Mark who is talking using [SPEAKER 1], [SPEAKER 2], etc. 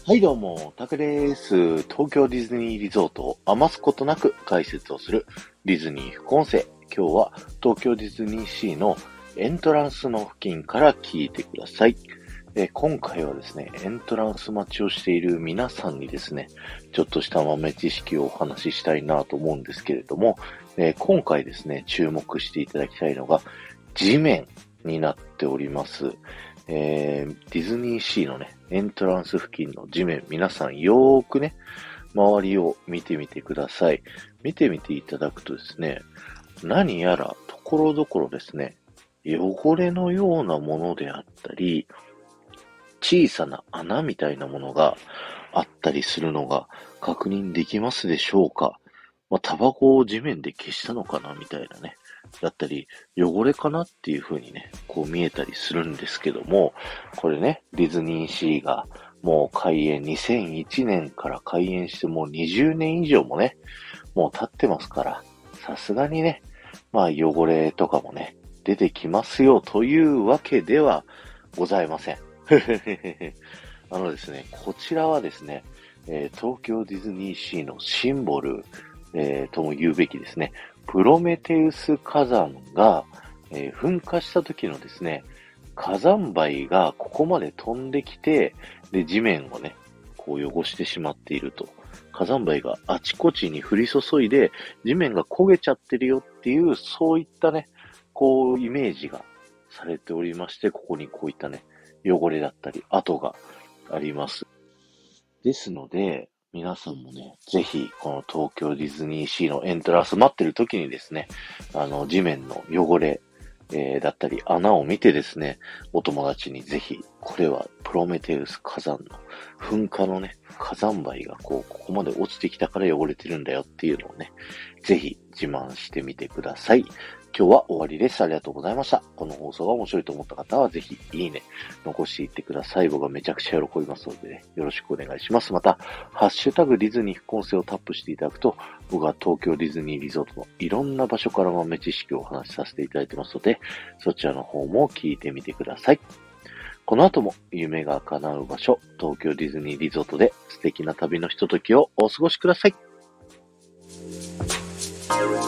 [SPEAKER 1] はいどうも、タクです。東京ディズニーリゾートを余すことなく解説をするディズニー副音声。今日は東京ディズニーシーのエントランスの付近から聞いてください。今回はですね、エントランス待ちをしている皆さんにですね、ちょっとした豆知識をお話ししたいなと思うんですけれども、今回ですね、注目していただきたいのが地面になっております。ディズニーシーのね、エントランス付近の地面、皆さんよーくね、周りを見てみてください。見てみていただくとですね、何やらところどころですね、汚れのようなものであったり、小さな穴みたいなものがあったりするのが確認できますでしょうか？タバコを地面で消したのかなみたいなね。だったり、汚れかなっていう風にね、こう見えたりするんですけども、これね、ディズニーシーがもう開園、2001年から開園してもう20年以上もね、もう経ってますから、さすがにね、汚れとかもね、出てきますよというわけではございません。ですね、こちらはですね、東京ディズニーシーのシンボル、とも言うべきですね、プロメテウス火山が、噴火した時のですね、火山灰がここまで飛んできて、で、地面をね、こう汚してしまっていると。火山灰があちこちに降り注いで、地面が焦げちゃってるよっていう、そういったね、こう、イメージがされておりまして、ここにこういったね、汚れだったり、跡があります。ですので、皆さんもね、ぜひ、この東京ディズニーシーのエントランス待ってる時にですね、地面の汚れ、だったり穴を見てですね、お友達にぜひ、これはプロメテウス火山の噴火のね、火山灰がここまで落ちてきたから汚れてるんだよっていうのをね、ぜひ自慢してみてください。今日は終わりです。ありがとうございました。この放送が面白いと思った方はぜひいいね、残していってください。僕はめちゃくちゃ喜びますのでね、よろしくお願いします。また、ハッシュタグディズニー副音声をタップしていただくと、僕は東京ディズニーリゾートのいろんな場所から豆知識をお話しさせていただいてますので、そちらの方も聞いてみてください。この後も夢が叶う場所、東京ディズニーリゾートで素敵な旅のひとときをお過ごしください。